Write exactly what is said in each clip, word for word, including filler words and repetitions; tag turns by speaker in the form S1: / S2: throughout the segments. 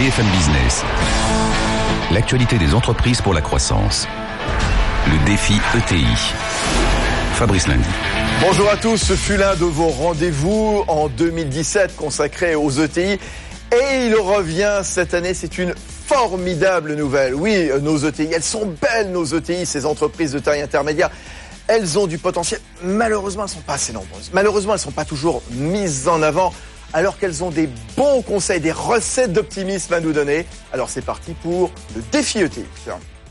S1: B F M Business. L'actualité des entreprises pour la croissance. Le défi E T I. Fabrice Lundy.
S2: Bonjour à tous, ce fut l'un de vos rendez-vous en deux mille dix-sept consacré aux E T I. Et il revient cette année, c'est une formidable nouvelle. Oui, nos E T I, elles sont belles nos E T I, ces entreprises de taille intermédiaire. Elles ont du potentiel. Malheureusement, elles ne sont pas assez nombreuses. Malheureusement, elles ne sont pas toujours mises en avant, alors qu'elles ont des bons conseils, des recettes d'optimisme à nous donner. Alors c'est parti pour le défi E T I.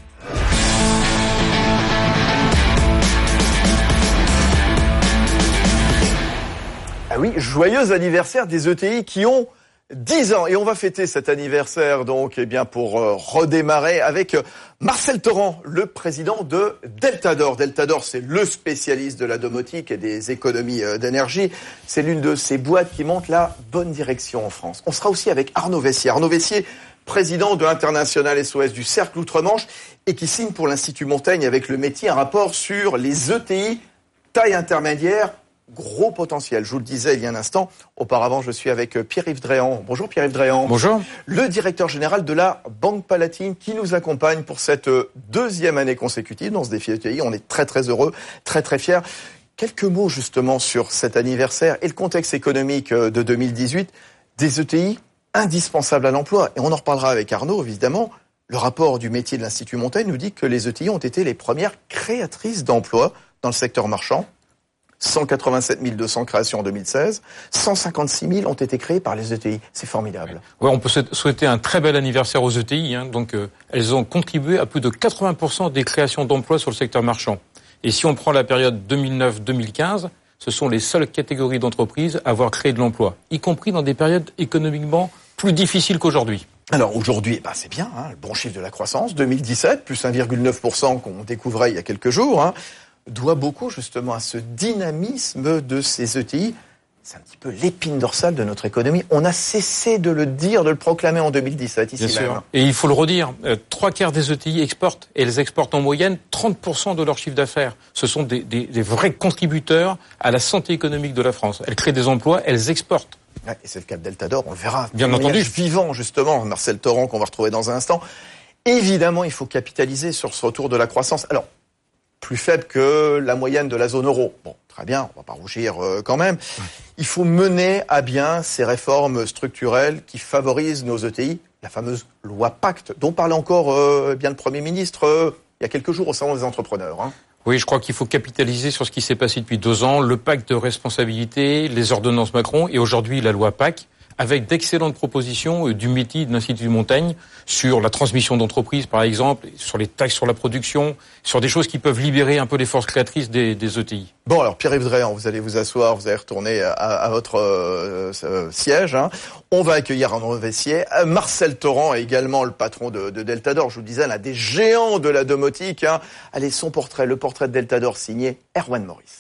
S2: Ah oui, joyeux anniversaire des E T I qui ont dix ans. Et on va fêter cet anniversaire donc eh bien pour euh, redémarrer avec euh, Marcel Torrent, le président de Deltador. Deltador, c'est le spécialiste de la domotique et des économies euh, d'énergie. C'est l'une de ces boîtes qui monte la bonne direction en France. On sera aussi avec Arnaud Vessier. Arnaud Vessier, président de l'International S O S du Cercle Outre-Manche et qui signe pour l'Institut Montaigne avec le métier un rapport sur les E T I taille intermédiaire. Gros potentiel, je vous le disais il y a un instant. Auparavant, je suis avec Pierre-Yves Dréan. Bonjour Pierre-Yves Dréan.
S3: Bonjour.
S2: Le directeur général de la Banque Palatine qui nous accompagne pour cette deuxième année consécutive dans ce défi E T I. On est très très heureux, très très fiers. Quelques mots justement sur cet anniversaire et le contexte économique de deux mille dix-huit. Des E T I indispensables à l'emploi. Et on en reparlera avec Arnaud, évidemment. Le rapport du métier de l'Institut Montaigne nous dit que les E T I ont été les premières créatrices d'emplois dans le secteur marchand. cent quatre-vingt-sept mille deux cents créations en deux mille seize, cent cinquante-six mille ont été créées par les E T I. C'est formidable.
S3: Ouais, on peut souhaiter un très bel anniversaire aux E T I. Hein. Donc, euh, elles ont contribué à plus de quatre-vingts pour cent des créations d'emplois sur le secteur marchand. Et si on prend la période deux mille neuf deux mille quinze, ce sont les seules catégories d'entreprises à avoir créé de l'emploi, y compris dans des périodes économiquement plus difficiles qu'aujourd'hui.
S2: Alors aujourd'hui, bah c'est bien, hein, le bon chiffre de la croissance, deux mille dix-sept, plus un virgule neuf pour cent qu'on découvrait il y a quelques jours, hein, doit beaucoup justement à ce dynamisme de ces E T I. C'est un petit peu l'épine dorsale de notre économie. On a cessé de le dire, de le proclamer en deux mille dix-sept, ici
S3: Bien
S2: même.
S3: sûr. Et il faut le redire, euh, trois quarts des E T I exportent, et elles exportent en moyenne trente pour cent de leur chiffre d'affaires. Ce sont des, des, des vrais contributeurs à la santé économique de la France. Elles créent des emplois, elles exportent.
S2: Ouais, et c'est le cas de Deltador, on le verra.
S3: Bien entendu.
S2: Vivant, justement, Marcel Torrent, qu'on va retrouver dans un instant. Évidemment, il faut capitaliser sur ce retour de la croissance. Alors, plus faible que la moyenne de la zone euro. Bon, très bien, on va pas rougir euh, quand même. Il faut mener à bien ces réformes structurelles qui favorisent nos E T I, la fameuse loi Pacte, dont parlait encore euh, bien le Premier ministre euh, il y a quelques jours au Salon des entrepreneurs. Hein.
S3: Oui, je crois qu'il faut capitaliser sur ce qui s'est passé depuis deux ans, le pacte de responsabilité, les ordonnances Macron et aujourd'hui la loi P A C, avec d'excellentes propositions du métier de l'Institut Montaigne sur la transmission d'entreprise, par exemple, sur les taxes sur la production, sur des choses qui peuvent libérer un peu les forces créatrices des, des E T I.
S2: Bon, alors Pierre-Yves Dréan, vous allez vous asseoir, vous allez retourner à, à votre euh, euh, siège. Hein. On va accueillir Arnaud Vessier, euh, Marcel Torrent, également le patron de, de Deltador. Je vous le disais, l'un des géants de la domotique. Hein. Allez, son portrait, le portrait de Deltador signé Erwan Maurice.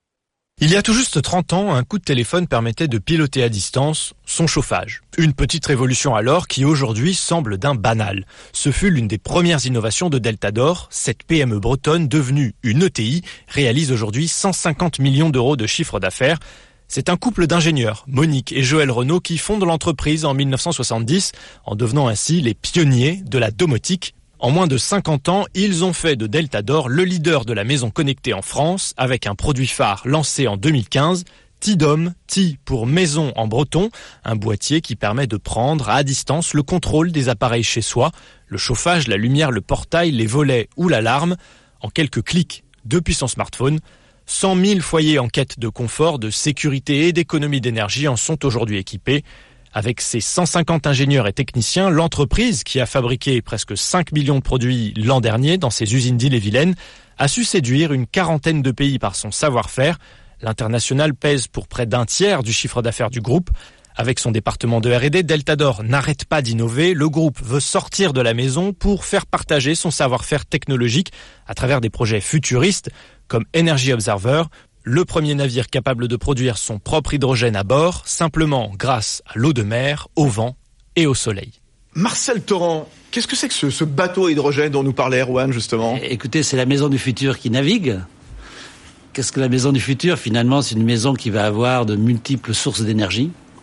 S4: Il y a tout juste trente ans, un coup de téléphone permettait de piloter à distance son chauffage. Une petite révolution alors qui aujourd'hui semble d'un banal. Ce fut l'une des premières innovations de Deltador. Cette P M E bretonne devenue une E T I réalise aujourd'hui cent cinquante millions d'euros de chiffre d'affaires. C'est un couple d'ingénieurs, Monique et Joël Renaud, qui fondent l'entreprise en mille neuf cent soixante-dix, en devenant ainsi les pionniers de la domotique. En moins de cinquante ans, ils ont fait de Deltador le leader de la maison connectée en France, avec un produit phare lancé en deux mille quinze, Tidom, Ti pour maison en breton, un boîtier qui permet de prendre à distance le contrôle des appareils chez soi, le chauffage, la lumière, le portail, les volets ou l'alarme, en quelques clics depuis son smartphone. cent mille foyers en quête de confort, de sécurité et d'économie d'énergie en sont aujourd'hui équipés. Avec ses cent cinquante ingénieurs et techniciens, l'entreprise, qui a fabriqué presque cinq millions de produits l'an dernier dans ses usines d'Ille-et-Vilaine, a su séduire une quarantaine de pays par son savoir-faire. L'international pèse pour près d'un tiers du chiffre d'affaires du groupe. Avec son département de R et D, Deltador n'arrête pas d'innover. Le groupe veut sortir de la maison pour faire partager son savoir-faire technologique à travers des projets futuristes comme Energy Observer, le premier navire capable de produire son propre hydrogène à bord, simplement grâce à l'eau de mer, au vent et au soleil.
S2: Marcel Torrent, qu'est-ce que c'est que ce, ce bateau à hydrogène dont nous parlait Erwan, justement ?
S5: Écoutez, c'est la maison du futur qui navigue. Qu'est-ce que la maison du futur ? Finalement, c'est une maison qui va avoir de multiples sources d'énergie.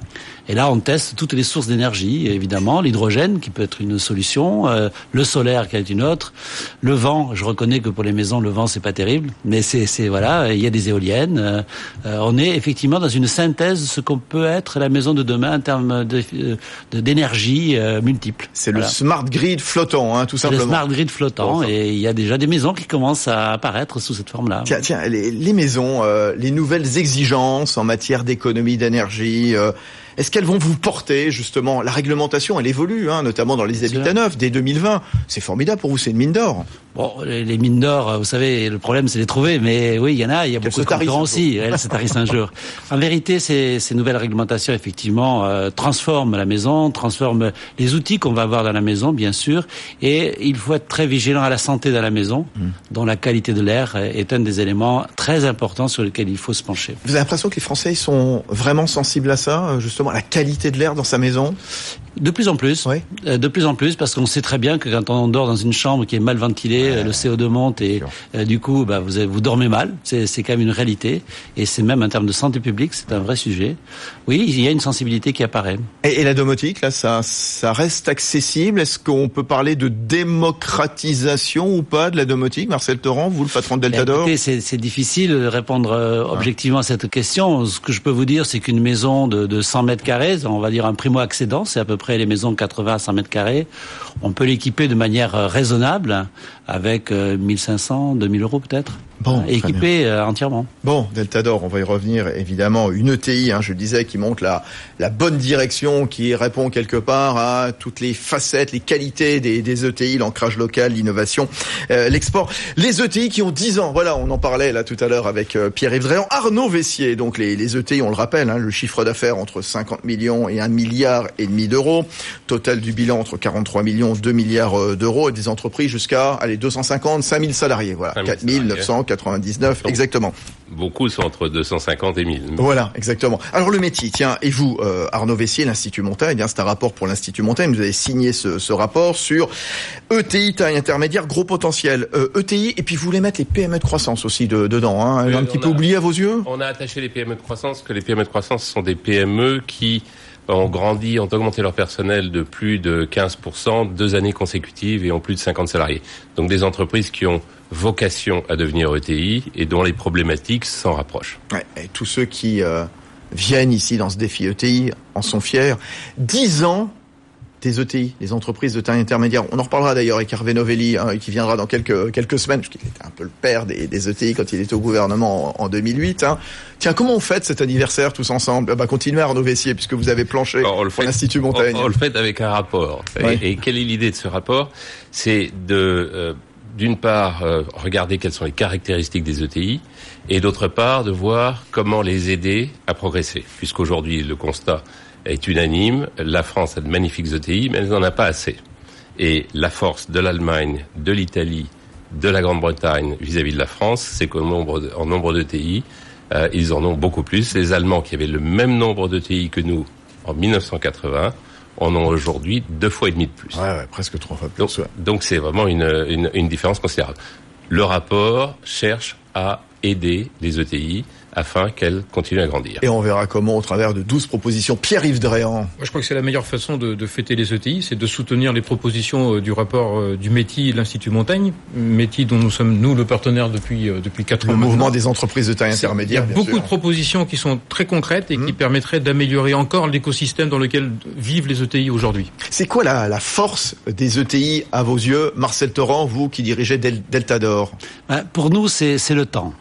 S5: Et là, on teste toutes les sources d'énergie, évidemment, l'hydrogène qui peut être une solution, euh, le solaire qui est une autre, le vent. Je reconnais que pour les maisons, le vent c'est pas terrible, mais c'est, c'est voilà, il y a des éoliennes. Euh, on est effectivement dans une synthèse de ce qu'on peut être la maison de demain en termes de, de, d'énergie euh, multiple.
S2: C'est
S5: voilà.
S2: Le smart grid flottant, hein, tout
S5: c'est
S2: simplement.
S5: Le smart grid flottant, bon, et il y a déjà des maisons qui commencent à apparaître sous cette forme-là.
S2: Tiens, tiens, les, les maisons, euh, les nouvelles exigences en matière d'économie d'énergie. Euh, Est-ce qu'elles vont vous porter, justement, la réglementation, elle évolue, hein, notamment dans les habitats neufs, dès deux mille vingt. C'est formidable pour vous, c'est une mine d'or.
S5: Bon, les, les mines d'or, vous savez, le problème, c'est les trouver, mais oui, il y en a, il y a
S2: Qu'elle
S5: beaucoup de concurrents aussi. Elle se tarisse un jour. En vérité, ces, ces nouvelles réglementations, effectivement, euh, transforment la maison, transforment les outils qu'on va avoir dans la maison, bien sûr, et il faut être très vigilant à la santé dans la maison, mmh. dont la qualité de l'air est un des éléments très importants sur lesquels il faut se pencher.
S2: Vous avez l'impression que les Français sont vraiment sensibles à ça, justement, à la qualité de l'air dans sa maison?
S5: De plus en plus, oui. euh, de plus en plus, parce qu'on sait très bien que quand on dort dans une chambre qui est mal ventilée, ouais, le C O deux monte et euh, du coup, bah, vous, vous dormez mal. C'est, c'est quand même une réalité, et c'est même en termes de santé publique, c'est un vrai sujet. Oui, il y a une sensibilité qui apparaît.
S2: Et, et la domotique, là, ça, ça reste accessible. Est-ce qu'on peut parler de démocratisation ou pas de la domotique, Marcel Torrent, vous, le patron de Delta d'Or?
S5: Écoutez, c'est, c'est difficile de répondre euh, objectivement à cette question. Ce que je peux vous dire, c'est qu'une maison de, de cent mètres carrés, on va dire un primo-accédant, c'est à peu près les maisons de quatre-vingts à cent mètres carrés, on peut l'équiper de manière raisonnable avec euh, mille cinq cents, deux mille euros peut-être. Bon, équipé euh, entièrement.
S2: Bon, Delta d'Or, on va y revenir évidemment. Une E T I, hein, je le disais, qui montre la, la bonne direction, qui répond quelque part à toutes les facettes, les qualités des, des E T I, l'ancrage local, l'innovation, euh, l'export. Les E T I qui ont dix ans, voilà, on en parlait là tout à l'heure avec euh, Pierre-Yves Dréan. Arnaud Vessier, donc les, les E T I, on le rappelle, hein, le chiffre d'affaires entre cinquante millions et un milliard et demi d'euros. Total du bilan entre quarante-trois millions, deux milliards d'euros, et des entreprises jusqu'à, allez, deux cent cinquante, cinq mille salariés, voilà, quatre mille neuf cent quatre-vingt-dix-neuf, exactement.
S6: Beaucoup sont entre deux cent cinquante et mille.
S2: Voilà, exactement. Alors le métier, tiens, et vous, euh, Arnaud Vessier, l'Institut Montaigne, eh bien, c'est un rapport pour l'Institut Montaigne, vous avez signé ce, ce rapport sur E T I, taille intermédiaire, gros potentiel, euh, E T I, et puis vous voulez mettre les P M E de croissance aussi de, dedans, hein, oui, un petit peu a, oublié à vos yeux?
S6: On a attaché les P M E de croissance, que les P M E de croissance sont des P M E qui ont grandi, ont augmenté leur personnel de plus de quinze pour cent, deux années consécutives, et ont plus de cinquante salariés. Donc des entreprises qui ont vocation à devenir E T I et dont les problématiques s'en rapprochent.
S2: Ouais, et tous ceux qui euh, viennent ici dans ce défi E T I en sont fiers. Dix ans des E T I, les entreprises de taille intermédiaire. On en reparlera d'ailleurs avec Hervé Novelli, hein, qui viendra dans quelques quelques semaines, parce qu'il était un peu le père des, des E T I quand il était au gouvernement en, en deux mille huit. Hein. Tiens, comment on fête cet anniversaire tous ensemble? Bah, continuez Arnaud Vessier, puisque vous avez planché Alors, on le fait, l'Institut Montaigne.
S6: On, on le fait avec un rapport. Ouais. Et, et quelle est l'idée de ce rapport? C'est de... Euh, d'une part, euh, regarder quelles sont les caractéristiques des E T I, et d'autre part, de voir comment les aider à progresser. Puisqu'aujourd'hui, le constat est unanime, la France a de magnifiques E T I, mais elle n'en a pas assez. Et la force de l'Allemagne, de l'Italie, de la Grande-Bretagne vis-à-vis de la France, c'est qu'en nombre de, en nombre d'E T I, euh, ils en ont beaucoup plus. Les Allemands, qui avaient le même nombre d'E T I que nous en mille neuf cent quatre-vingts, en ont aujourd'hui deux fois et demi de plus.
S2: Ouais, ouais, presque trois fois plus.
S6: Donc,
S2: ouais.
S6: donc c'est vraiment une, une, une différence considérable. Le rapport cherche à aider les E T I afin qu'elles continuent à grandir.
S2: Et on verra comment au travers de douze propositions. Pierre-Yves Dréan.
S3: Moi, je crois que c'est la meilleure façon de, de fêter les E T I, c'est de soutenir les propositions euh, du rapport euh, du M E T I et de l'Institut Montaigne, M E T I dont nous sommes, nous, le partenaire depuis euh, depuis quatre ans.
S2: Le mouvement
S3: maintenant.
S2: des entreprises de taille intermédiaire.
S3: Il y a beaucoup sûr. de propositions qui sont très concrètes et mmh. qui permettraient d'améliorer encore l'écosystème dans lequel vivent les E T I aujourd'hui.
S2: C'est quoi la, la force des E T I à vos yeux, Marcel Torrent, vous qui dirigez Del, Delta d'Or?
S5: Ben, pour nous, c'est, c'est le temps.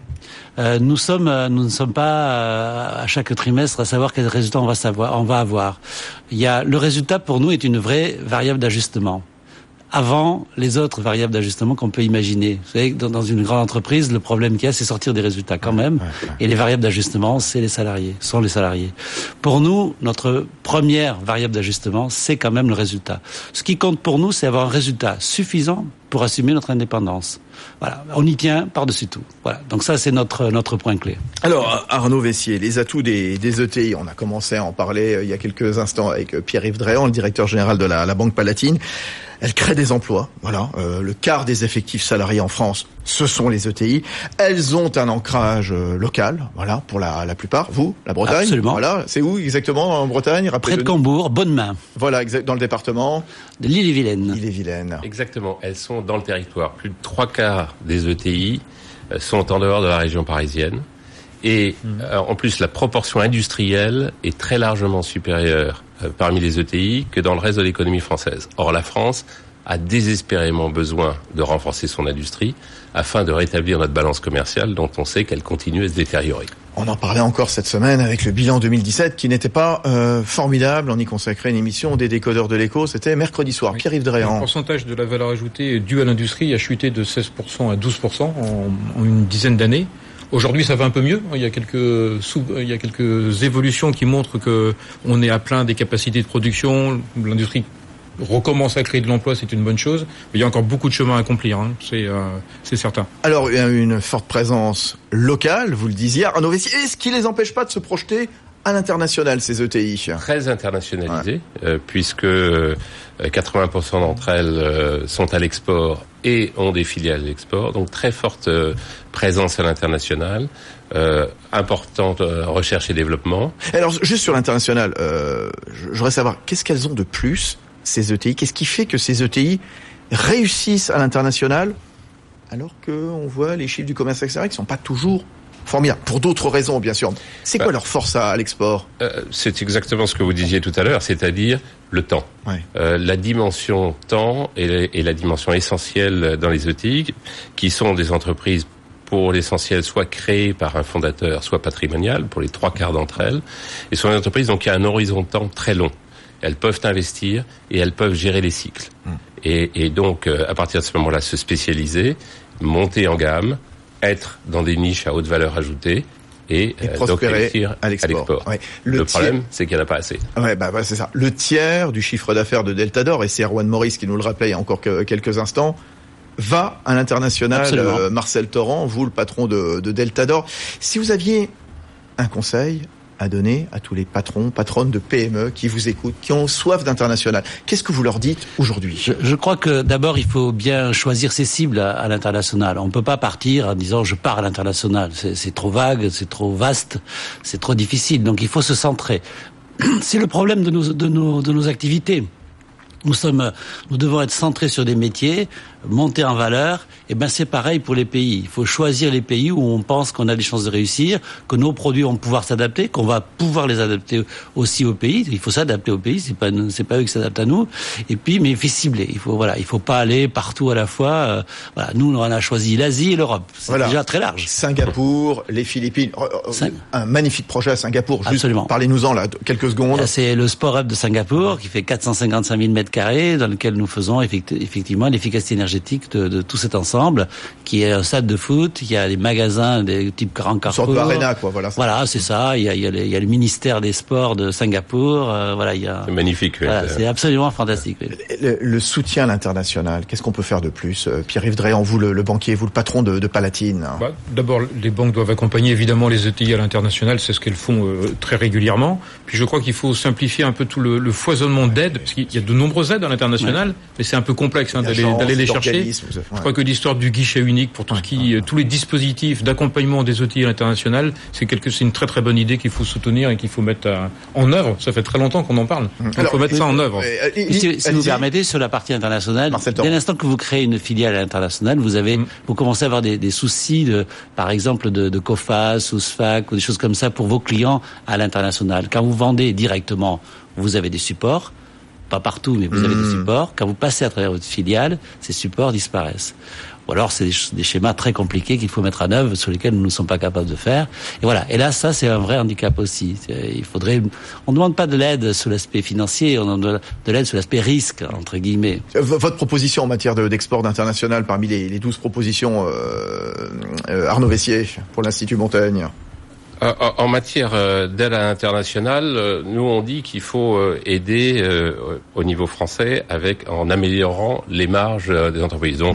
S5: Euh, nous sommes, nous ne sommes pas euh, à chaque trimestre à savoir quel résultat on va savoir, on va avoir. Il y a le résultat pour nous est une vraie variable d'ajustement. Avant les autres variables d'ajustement qu'on peut imaginer. Vous savez, dans, dans une grande entreprise, le problème qu'il y a, c'est sortir des résultats quand même. Ouais, ouais. Et les variables d'ajustement, c'est les salariés, sont les salariés. Pour nous, notre première variable d'ajustement, c'est quand même le résultat. Ce qui compte pour nous, c'est avoir un résultat suffisant pour assumer notre indépendance. Voilà, on y tient par-dessus tout. Voilà, donc ça c'est notre notre point clé.
S2: Alors Arnaud Vessier, les atouts des, des E T I, on a commencé à en parler euh, il y a quelques instants avec Pierre-Yves Dréan, le directeur général de la, la Banque Palatine. Elle crée des emplois, voilà, euh, le quart des effectifs salariés en France ce sont les E T I. Elles ont un ancrage euh, local, voilà, pour la, la plupart. Vous, la Bretagne.
S5: Absolument.
S2: Voilà, c'est où exactement en Bretagne?
S5: Près de Cambourg, Bonnemain.
S2: Voilà, exact, dans le département
S5: de l'Ille-et-Vilaine.
S2: Ille-et-Vilaine.
S6: Exactement. Elles sont dans le territoire. Plus de trois quarts des E T I sont en dehors de la région parisienne. Et mmh. euh, en plus, la proportion industrielle est très largement supérieure euh, parmi les E T I que dans le reste de l'économie française. Or, la France a désespérément besoin de renforcer son industrie afin de rétablir notre balance commerciale dont on sait qu'elle continue à se détériorer.
S2: On en parlait encore cette semaine avec le bilan deux mille dix-sept qui n'était pas euh, formidable. On y consacrait une émission des décodeurs de l'écho. C'était mercredi soir. Oui. Pierre-Yves Dréan.
S3: Le pourcentage de la valeur ajoutée due à l'industrie a chuté de seize pour cent à douze pour cent en, en une dizaine d'années. Aujourd'hui, ça va un peu mieux. Il y a quelques sous, il y a quelques évolutions qui montrent que on est à plein des capacités de production. L'industrie recommence à créer de l'emploi, c'est une bonne chose. Mais il y a encore beaucoup de chemin à accomplir, hein. c'est, euh, c'est certain.
S2: Alors, il y a une forte présence locale, vous le disiez. Arnaud Vessier, est-ce qui les empêche pas de se projeter à l'international, ces E T I?
S6: Très internationalisées, ouais. euh, puisque euh, quatre-vingts pour cent d'entre elles euh, sont à l'export et ont des filiales à l'export. Donc, très forte euh, présence à l'international. Euh, importante euh, recherche et développement.
S2: Alors, juste sur l'international, euh, je voudrais savoir, qu'est-ce qu'elles ont de plus, ces E T I? Qu'est-ce qui fait que ces E T I réussissent à l'international alors qu'on voit les chiffres du commerce extérieur qui ne sont pas toujours formidables, pour d'autres raisons bien sûr. C'est quoi bah, leur force à, à l'export?
S6: euh, C'est exactement ce que vous disiez tout à l'heure, c'est-à-dire le temps. Ouais. Euh, la dimension temps est, est la dimension essentielle dans les E T I, qui sont des entreprises pour l'essentiel soit créées par un fondateur, soit patrimoniales, pour les trois quarts d'entre elles, et sont des entreprises donc qui ont un horizon de temps très long. Elles peuvent investir et elles peuvent gérer les cycles. Mmh. Et, et donc, euh, à partir de ce moment-là, se spécialiser, monter en gamme, être dans des niches à haute valeur ajoutée et,
S2: et euh, prospérer donc à l'export. À l'export.
S6: Ouais. Le, le tiers... problème, c'est qu'il n'y en a pas assez.
S2: Ouais, bah, bah, c'est ça. Le tiers du chiffre d'affaires de Delta d'Or, et c'est Erwan Maurice qui nous le rappelait il y a encore que, quelques instants, va à l'international. Euh, Marcel Torrent, vous, le patron de, de Delta d'Or. Si vous aviez un conseil à donner à tous les patrons, patronnes de P M E qui vous écoutent, qui ont soif d'international, qu'est-ce que vous leur dites aujourd'hui?
S5: je, je crois que d'abord, il faut bien choisir ses cibles à, à l'international. On ne peut pas partir en disant je pars à l'international. C'est, c'est trop vague, c'est trop vaste, c'est trop difficile. Donc il faut se centrer. C'est le problème de nos, de nos, de nos activités. Nous sommes, nous devons être centrés sur des métiers, monter en valeur. Et ben c'est pareil pour les pays. Il faut choisir les pays où on pense qu'on a des chances de réussir, que nos produits vont pouvoir s'adapter, qu'on va pouvoir les adapter aussi aux pays. Il faut s'adapter aux pays. C'est pas, c'est pas eux qui s'adaptent à nous. Et puis, mais il faut cibler. Il faut, voilà, il faut pas aller partout à la fois. Euh, voilà, nous on a choisi l'Asie et l'Europe. C'est voilà. déjà très large.
S2: Singapour, les Philippines. Sing... Un magnifique projet à Singapour. Juste
S5: Absolument.
S2: Parlez-nous-en là, quelques secondes.
S5: Là, c'est le Sport Hub de Singapour qui fait quatre cent cinquante-cinq mille mètres carrés, dans lequel nous faisons effectivement l'efficacité énergétique de, de tout cet ensemble, qui est un stade de foot, il y a des magasins des type Grand Carrefour.
S2: Une sorte d'arena, quoi, voilà.
S5: Voilà, c'est ça. Il y a, il y a, le, il y a le ministère des Sports de Singapour. Euh, voilà, il y a.
S6: C'est magnifique.
S5: Voilà,
S6: oui.
S5: C'est absolument fantastique. Oui.
S2: Le, le soutien à l'international, qu'est-ce qu'on peut faire de plus? Pierre-Yves Dréan, vous le, le banquier, vous le patron de, de Palatine.
S3: Bah, d'abord, les banques doivent accompagner évidemment les E T I à l'international, c'est ce qu'elles font euh, très régulièrement. Puis je crois qu'il faut simplifier un peu tout le, le foisonnement d'aides, parce qu'il y a de nombreuses aides à l'international, ouais. mais c'est un peu complexe hein, d'aller, d'aller les chercher. Ouais. Je crois que l'histoire du guichet unique pour tout ce qui, ouais. tous les dispositifs d'accompagnement des E T I à l'international, c'est quelque, c'est une très très bonne idée qu'il faut soutenir et qu'il faut mettre à, en œuvre. Ça fait très longtemps qu'on en parle. Il faut mettre ça en œuvre.
S5: Euh, euh, si si vous permettez, sur la partie internationale, dès l'instant que vous créez une filiale internationale, vous avez, mm. vous commencez à avoir des, des soucis de, par exemple, de, de COFAS ou SFAC ou des choses comme ça pour vos clients à l'international. Quand vous vendez directement, vous avez des supports. Pas partout, mais vous avez mmh. des supports. Quand vous passez à travers votre filiale, ces supports disparaissent. Ou alors, c'est des, des schémas très compliqués qu'il faut mettre en œuvre, sur lesquels nous ne sommes pas capables de faire. Et voilà. Et là, ça, c'est un vrai handicap aussi. Il faudrait, on ne demande pas de l'aide sur l'aspect financier, on demande de l'aide sur l'aspect risque, entre guillemets.
S2: Votre proposition en matière de, d'export d'international, parmi les, les douze propositions, euh, euh, Arnaud Vessier, pour l'Institut Montaigne.
S6: En matière d'aide à l'international, nous on dit qu'il faut aider au niveau français avec en améliorant les marges des entreprises. Donc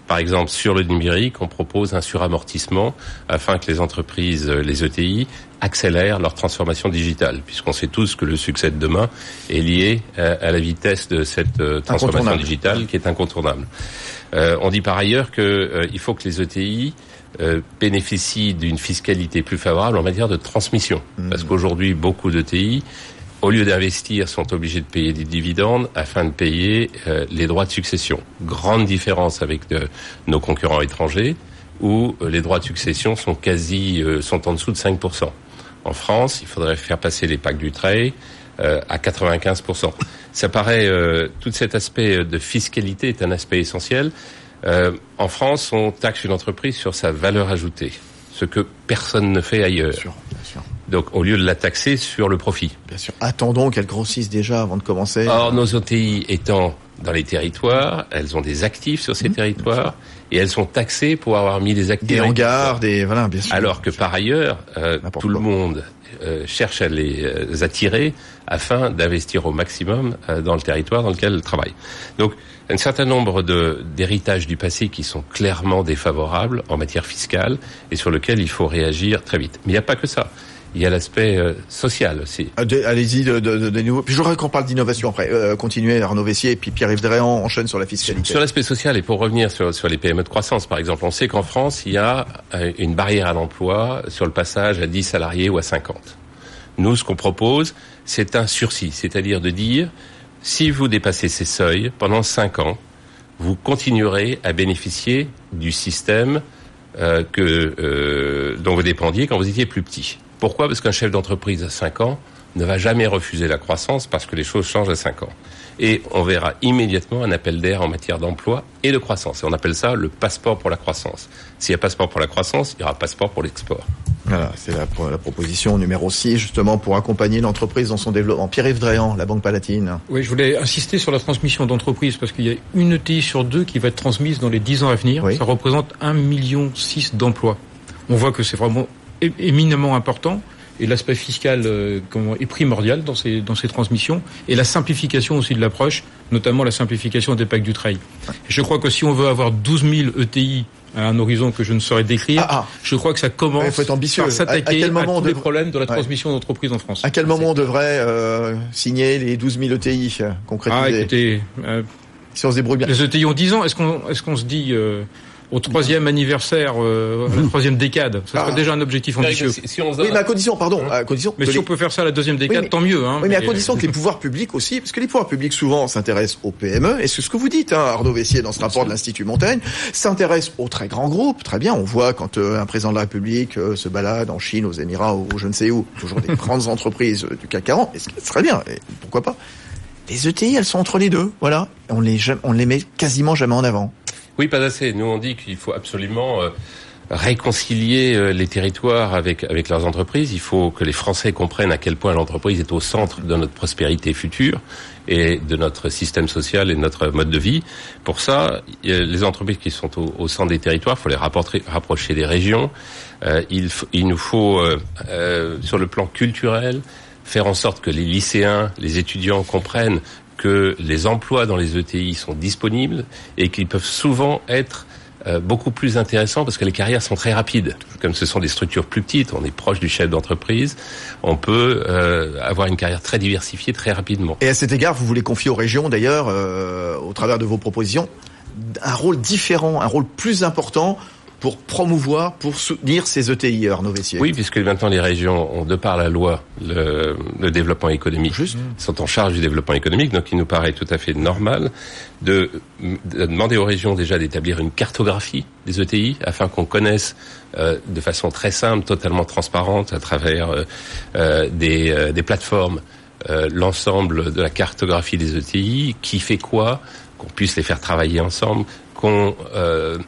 S6: Par exemple, sur le numérique, on propose un suramortissement afin que les entreprises, les E T I, accélèrent leur transformation digitale, puisqu'on sait tous que le succès de demain est lié à la vitesse de cette transformation digitale qui est incontournable. Euh, on dit par ailleurs qu'il euh, faut que les E T I euh, bénéficient d'une fiscalité plus favorable en matière de transmission, mmh. parce qu'aujourd'hui, beaucoup d'E T I, au lieu d'investir, sont obligés de payer des dividendes afin de payer euh, les droits de succession. Grande différence avec de, nos concurrents étrangers, où euh, les droits de succession sont quasi euh, sont en dessous de cinq pour cent. En France, il faudrait faire passer les packs Dutreil euh, à quatre-vingt-quinze pour cent. Ça paraît, euh, tout cet aspect de fiscalité est un aspect essentiel. Euh, en France, on taxe une entreprise sur sa valeur ajoutée, ce que personne ne fait ailleurs. Bien sûr, bien sûr. Donc, au lieu de la taxer sur le profit.
S2: Bien sûr. Attendons qu'elle grossisse déjà avant de commencer.
S6: Or, nos E T I étant dans les territoires, elles ont des actifs sur ces mmh, territoires et elles sont taxées pour avoir mis des actifs.
S2: Des hangars, des voilà, bien sûr.
S6: Alors que
S2: bien
S6: par ailleurs, euh, tout quoi. le monde euh, cherche à les euh, attirer afin d'investir au maximum euh, dans le territoire dans lequel elles travaillent. Donc, un certain nombre de d'héritages du passé qui sont clairement défavorables en matière fiscale et sur lequel il faut réagir très vite. Mais il n'y a pas que ça. Il y a l'aspect euh, social aussi.
S2: Allez-y, de, de, de, de nouveau. Puis je voudrais qu'on parle d'innovation après. Euh, continuez, Arnaud Vessier, et puis Pierre-Yves Dréan enchaîne sur la fiscalité.
S6: Sur l'aspect social, et pour revenir sur, sur les P M E de croissance, par exemple, on sait qu'en France, il y a une barrière à l'emploi sur le passage à dix salariés ou à cinquante. Nous, ce qu'on propose, c'est un sursis, c'est-à-dire de dire, si vous dépassez ces seuils, pendant cinq ans, vous continuerez à bénéficier du système euh, que, euh, dont vous dépendiez quand vous étiez plus petit. Pourquoi ? Parce qu'un chef d'entreprise à cinq ans ne va jamais refuser la croissance parce que les choses changent à cinq ans. Et on verra immédiatement un appel d'air en matière d'emploi et de croissance. Et on appelle ça le passeport pour la croissance. S'il y a passeport pour la croissance, il y aura passeport pour l'export.
S2: Voilà, c'est la, la proposition numéro six, justement, pour accompagner l'entreprise dans son développement. Pierre-Yves Dréan, la Banque Palatine.
S3: Oui, je voulais insister sur la transmission d'entreprise, parce qu'il y a une E T I sur deux qui va être transmise dans les dix ans à venir. Oui. Ça représente un virgule six million d'emplois. On voit que c'est vraiment éminemment important, et l'aspect fiscal euh, est primordial dans ces dans ces transmissions, et la simplification aussi de l'approche, notamment la simplification des packs Dutreil. Et je crois que si on veut avoir douze mille E T I à un horizon que je ne saurais décrire, ah, ah. je crois que ça commence ouais, faut être ambitieux. Par s'attaquer à, à, à tous les problèmes de la transmission ouais. d'entreprise en France.
S2: À quel moment on devrait euh, signer les douze mille E T I concrétisés ?
S3: Ah, écoutez, euh,
S2: si on se débrouille bien.
S3: Les E T I ont dix ans, est-ce qu'on est-ce qu'on se dit euh, au troisième anniversaire, euh, à la troisième décade, ça serait ah. déjà un objectif ambitieux.
S2: Si, si on oui, mais à condition, pardon, à condition.
S3: Mais si les... on peut faire ça à la deuxième décade, oui, mais...
S2: tant
S3: mieux. Hein,
S2: oui, mais, mais à condition que les pouvoirs publics aussi, parce que les pouvoirs publics souvent s'intéressent aux P M E, et c'est ce que vous dites, hein, Arnaud Vessier, dans ce rapport de l'Institut Montaigne, s'intéressent aux très grands groupes. Très bien, on voit quand euh, un président de la République euh, se balade en Chine, aux Émirats ou je ne sais où, toujours des grandes entreprises euh, du C A C quarante, et c'est très bien, et pourquoi pas. Les E T I, elles sont entre les deux, voilà. On les, on les met quasiment jamais en avant.
S6: Oui, pas assez. Nous, on dit qu'il faut absolument euh, réconcilier euh, les territoires avec avec leurs entreprises. Il faut que les Français comprennent à quel point l'entreprise est au centre de notre prospérité future et de notre système social et de notre mode de vie. Pour ça, les entreprises qui sont au, au centre des territoires, il faut les rapporter, rapprocher des régions. Euh, il, il nous faut, euh, euh, sur le plan culturel, faire en sorte que les lycéens, les étudiants comprennent que les emplois dans les E T I sont disponibles et qu'ils peuvent souvent être euh, beaucoup plus intéressants parce que les carrières sont très rapides. Comme ce sont des structures plus petites, on est proche du chef d'entreprise, on peut euh, avoir une carrière très diversifiée très rapidement.
S2: Et à cet égard, vous voulez confier aux régions, d'ailleurs, euh, au travers de vos propositions, un rôle différent, un rôle plus important pour promouvoir, pour soutenir ces E T I, Arnaud Vessier.
S6: Oui, puisque maintenant les régions ont, de par la loi, le, le développement économique, Juste. sont en charge du développement économique, donc il nous paraît tout à fait normal de, de demander aux régions déjà d'établir une cartographie des E T I, afin qu'on connaisse euh, de façon très simple, totalement transparente, à travers euh, euh, des, euh, des plateformes, euh, l'ensemble de la cartographie des E T I, qui fait quoi, qu'on puisse les faire travailler ensemble, qu'on... Euh,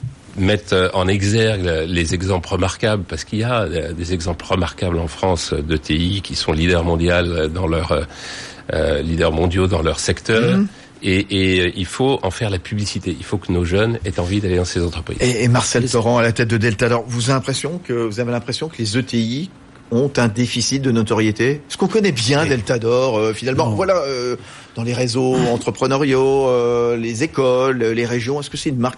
S6: mettre en exergue les exemples remarquables, parce qu'il y a des exemples remarquables en France d'E T I qui sont leaders mondiaux dans leur euh, leaders mondiaux dans leur secteur. Mmh. Et, et il faut en faire la publicité. Il faut que nos jeunes aient envie d'aller dans ces entreprises.
S2: Et, et Marcel Torrent à la tête de Deltador, vous avez l'impression que vous avez l'impression que les E T I ont un déficit de notoriété? Est-ce qu'on connaît bien Deltador euh, finalement? Non. Voilà, euh, dans les réseaux entrepreneuriaux, euh, les écoles, les régions, est-ce que c'est une marque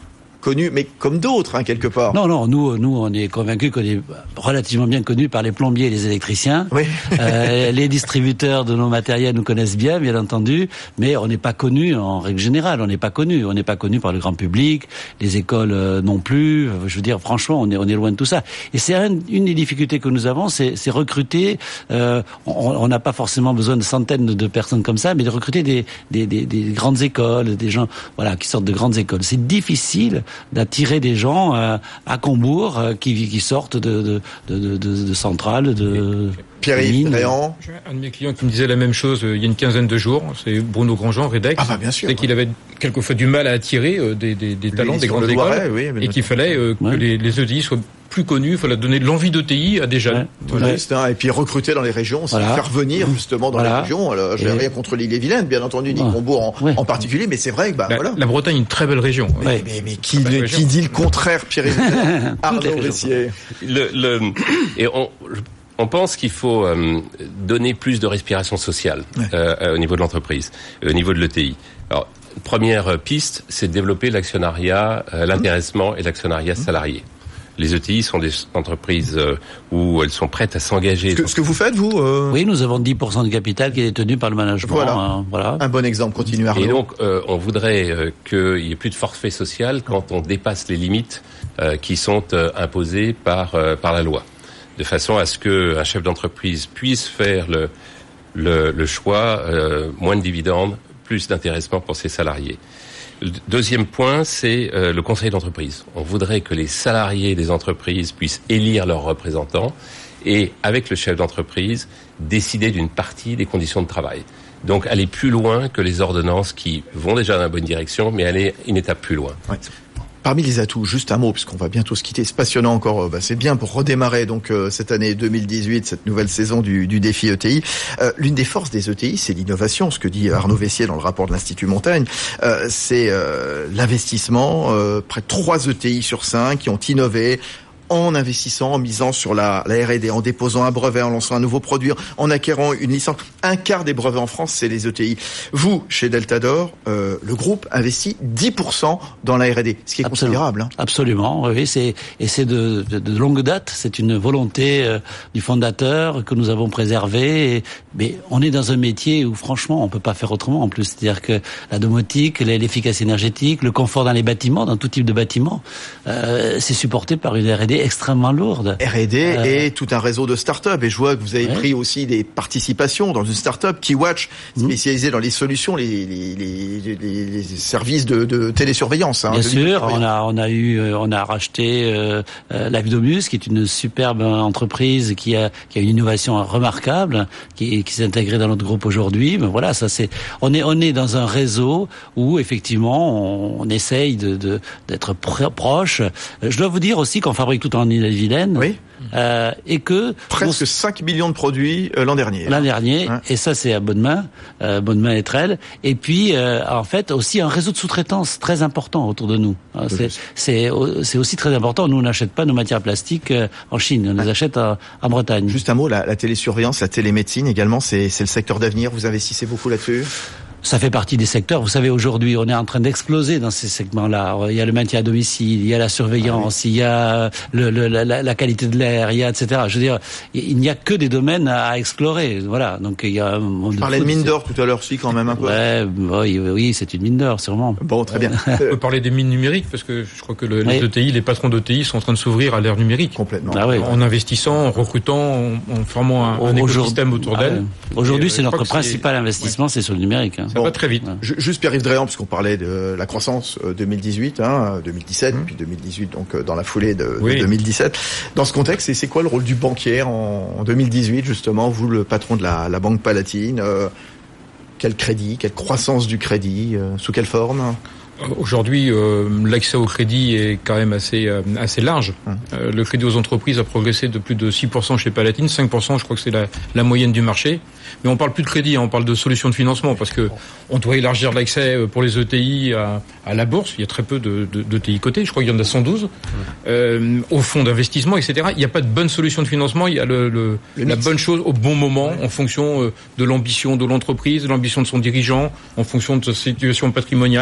S2: connu, mais comme d'autres, hein, quelque part.
S5: Non, non, nous, nous, on est convaincus qu'on est relativement bien connus par les plombiers et les électriciens.
S2: Oui.
S5: euh, les distributeurs de nos matériels nous connaissent bien, bien entendu, mais on n'est pas connus en règle générale. On n'est pas connus. On n'est pas connus par le grand public, les écoles euh, non plus. Je veux dire, franchement, on est, on est loin de tout ça. Et c'est un, une des difficultés que nous avons, c'est, c'est recruter. Euh, on n'a pas forcément besoin de centaines de personnes comme ça, mais de recruter des, des, des, des grandes écoles, des gens, voilà, qui sortent de grandes écoles. C'est difficile d'attirer des gens euh, à Combourg euh, qui, qui sortent de, de, de, de, de centrales, de...
S2: Pierre-Yves Dréan.
S3: Un de mes clients qui me disait la même chose euh, il y a une quinzaine de jours, c'est Bruno Grandjean, Redex.
S2: Ah bah bien sûr.
S3: C'est qu'il avait quelquefois du mal à attirer euh, des, des, des talents,
S2: Lui,
S3: des grandes
S2: le
S3: écoles,
S2: Loiret, oui,
S3: et qu'il fallait euh,
S5: ouais.
S3: que les, les E T I soient plus connus, il fallait donner de l'envie d'E T I à des jeunes.
S5: Ouais.
S2: Voilà.
S5: Ouais.
S2: Hein, et puis recruter dans les régions, c'est
S5: Voilà.
S2: faire venir justement dans
S5: Voilà.
S2: les régions. Alors, j'ai
S5: Et...
S2: rien contre l'Ille-et-Vilaine, bien entendu, ni
S5: Ouais.
S2: Combourg en,
S5: Ouais.
S2: en particulier, mais c'est vrai que bah
S3: La,
S2: voilà.
S3: la Bretagne est une très belle région.
S2: Mais, mais, mais qui,
S3: Très belle
S2: qui
S3: région.
S2: dit le contraire, Pierre-Yves Arnaud Vessier.
S6: Le, le, et on, on pense qu'il faut euh, donner plus de respiration sociale
S2: Ouais.
S6: euh, au niveau de l'entreprise, au niveau de l'E T I. Alors, première piste, c'est de développer l'actionnariat, euh, l'intéressement et l'actionnariat salarié. Les E T I sont des entreprises euh, où elles sont prêtes à s'engager.
S2: Ce que, ce que vous faites, vous euh...
S5: Oui, nous avons dix pour cent du capital qui est détenu par le management.
S2: Voilà.
S5: Hein, voilà.
S2: Un bon exemple, continue Arnaud.
S6: Et donc, euh, on voudrait euh, qu'il y ait plus de forfait social quand on dépasse les limites euh, qui sont euh, imposées par euh, par la loi, de façon à ce que un chef d'entreprise puisse faire le le, le choix euh, moins de dividendes, plus d'intéressement pour ses salariés. Le deuxième point, c'est euh, le conseil d'entreprise. On voudrait que les salariés des entreprises puissent élire leurs représentants et, avec le chef d'entreprise, décider d'une partie des conditions de travail. Donc, aller plus loin que les ordonnances qui vont déjà dans la bonne direction, mais aller une étape plus loin.
S2: Ouais. Parmi les atouts, juste un mot, parce qu'on va bientôt se quitter. C'est passionnant encore. Bah, c'est bien pour redémarrer donc euh, cette année deux mille dix-huit, cette nouvelle saison du, du défi E T I. Euh, l'une des forces des E T I, c'est l'innovation. Ce que dit Arnaud Vessier dans le rapport de l'Institut Montaigne, euh, c'est euh, l'investissement. Euh, près de trois E T I sur cinq qui ont innové en investissant, en misant sur la, la R et D, en déposant un brevet, en lançant un nouveau produit, en acquérant une licence. Un quart des brevets en France, c'est les E T I. Vous, chez Delta d'Or, euh, le groupe investit dix pour cent dans la R et D, ce qui est
S5: Absolument.
S2: considérable. Hein.
S5: Absolument, oui, c'est et c'est de, de, de longue date. C'est une volonté euh, du fondateur que nous avons préservée. Et, mais on est dans un métier où, franchement, on peut pas faire autrement. En plus, c'est-à-dire que la domotique, l'efficacité énergétique, le confort dans les bâtiments, dans tout type de bâtiments, euh, c'est supporté par une R et D extrêmement lourde.
S2: R et D
S5: euh,
S2: et tout un réseau de start-up. Et je vois que vous avez
S5: ouais.
S2: pris aussi des participations dans une start-up, Keywatch, spécialisée mmh. dans les solutions, les, les, les, les, les services de, de télésurveillance. Hein,
S5: Bien
S2: de
S5: sûr, on a on a eu on a racheté euh, euh, Livedomus, qui est une superbe entreprise qui a qui a une innovation remarquable, qui qui s'est intégrée dans notre groupe aujourd'hui. Mais voilà, ça c'est on est on est dans un réseau où effectivement on, on essaye de, de d'être pr- proche. Je dois vous dire aussi qu'on fabrique tout en Ille-et-Vilaine.
S2: Oui.
S5: Euh, et que
S2: presque
S5: on...
S2: cinq millions de produits euh, l'an dernier.
S5: L'an dernier,
S2: hein.
S5: Et ça c'est à bonne main, euh, bonne main et trelle. Et puis euh, en fait aussi un réseau de sous-traitance très important autour de nous. Hein, c'est c'est c'est aussi très important. Nous on n'achète pas nos matières plastiques euh, en Chine, on les achète en, en Bretagne.
S2: Juste un mot, la, la télésurveillance, la télémédecine également, c'est c'est le secteur d'avenir. Vous investissez beaucoup là-dessus?
S5: Ça fait partie des secteurs. Vous savez, aujourd'hui, on est en train d'exploser dans ces segments-là. Il y a le maintien à domicile, il y a la surveillance, ah oui. il y a le, le, la, la qualité de l'air, il y a et cetera. Je veux dire, il n'y a que des domaines à explorer. Voilà. Donc il y a. On
S2: parlait de mine d'or tout à l'heure, si quand même un peu.
S5: Ouais, oui, oui, c'est une mine d'or, sûrement.
S2: Bon, très bien.
S3: On peut parler des mines numériques parce que je crois que le, les
S5: oui.
S3: E T I, les patrons d'E T I sont en train de s'ouvrir à l'ère numérique.
S2: Complètement.
S5: Ah oui.
S3: En investissant, en recrutant, en, en formant un, un écosystème autour d'elle.
S5: Ah, aujourd'hui, c'est notre principal
S3: c'est...
S5: investissement, ouais. c'est sur le numérique. Hein.
S3: Ça bon. va très vite.
S2: Ouais. Juste Pierre-Yves Dréan, puisqu'on parlait de la croissance deux mille dix-huit, hein, deux mille dix-sept, mmh. puis deux mille dix-huit, donc dans la foulée de, oui. de deux mille dix-sept. Dans ce contexte, c'est quoi le rôle du banquier en, en deux mille dix-huit, justement, vous, le patron de la, la Banque Palatine, euh, quel crédit, quelle croissance du crédit, euh, sous quelle forme ?
S3: Aujourd'hui, euh, l'accès au crédit est quand même assez euh, assez large. Hum. Euh, le crédit aux entreprises a progressé de plus de six pour cent chez Palatine, cinq pour cent, je crois que c'est la, la moyenne du marché. Mais on parle plus de crédit, hein, on parle de solutions de financement parce que on doit élargir l'accès pour les E T I à, à la bourse. Il y a très peu de, de, de T I cotés, je crois qu'il y en a cent douze. Hum. Euh, au fonds d'investissement, et cetera. Il n'y a pas de bonne solution de financement. Il y a le, le, le la bonne chose au bon moment, ouais. en fonction euh, de l'ambition de l'entreprise, de l'ambition de son dirigeant, en fonction de sa situation patrimoniale.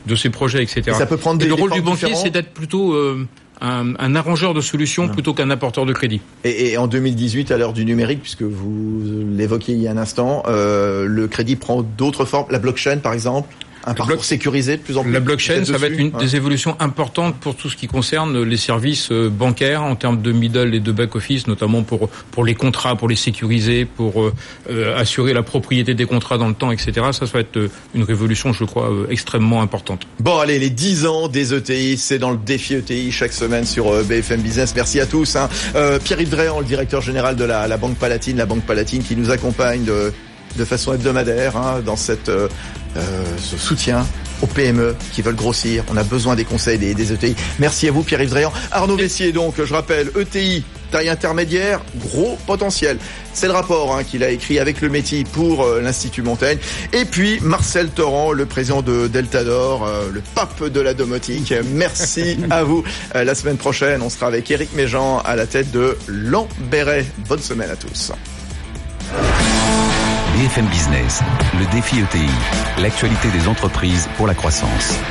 S3: de ses projets, et cetera.
S2: Et ça peut prendre des,
S3: et le rôle
S2: des
S3: du banquier,
S2: différents.
S3: c'est d'être plutôt euh, un, un arrangeur de solutions ouais. plutôt qu'un apporteur de crédit.
S2: Et, et en deux mille dix-huit, à l'heure du numérique, puisque vous l'évoquiez il y a un instant, euh, le crédit prend d'autres formes, la blockchain par exemple. Un parcours bloc... sécurisé de plus en plus.
S3: La blockchain, ça va être une
S2: ouais.
S3: des évolutions importantes pour tout ce qui concerne les services bancaires en termes de middle et de back office, notamment pour pour les contrats, pour les sécuriser, pour euh, assurer la propriété des contrats dans le temps, et cetera. Ça, ça va être une révolution, je crois, euh, extrêmement importante.
S2: Bon, allez, les dix ans des E T I, c'est dans le défi E T I chaque semaine sur euh, B F M Business. Merci à tous. Hein. Euh, Pierre-Yves Dréan, le directeur général de la, la Banque Palatine, la Banque Palatine qui nous accompagne de de façon hebdomadaire hein, dans cette euh, euh, ce soutien aux P M E qui veulent grossir. On a besoin des conseils des, des E T I. Merci à vous Pierre-Yves Dréan. Arnaud Vessier donc, je rappelle, E T I, taille intermédiaire, gros potentiel. C'est le rapport hein, qu'il a écrit avec le métier pour euh, l'Institut Montaigne. Et puis Marcel Torrent, le président de Deltador, euh, le pape de la domotique. Merci à vous. Euh, la semaine prochaine, on sera avec Éric Méjean à la tête de Lambéret. Bonne semaine à tous.
S1: B F M Business, le défi E T I, l'actualité des entreprises pour la croissance.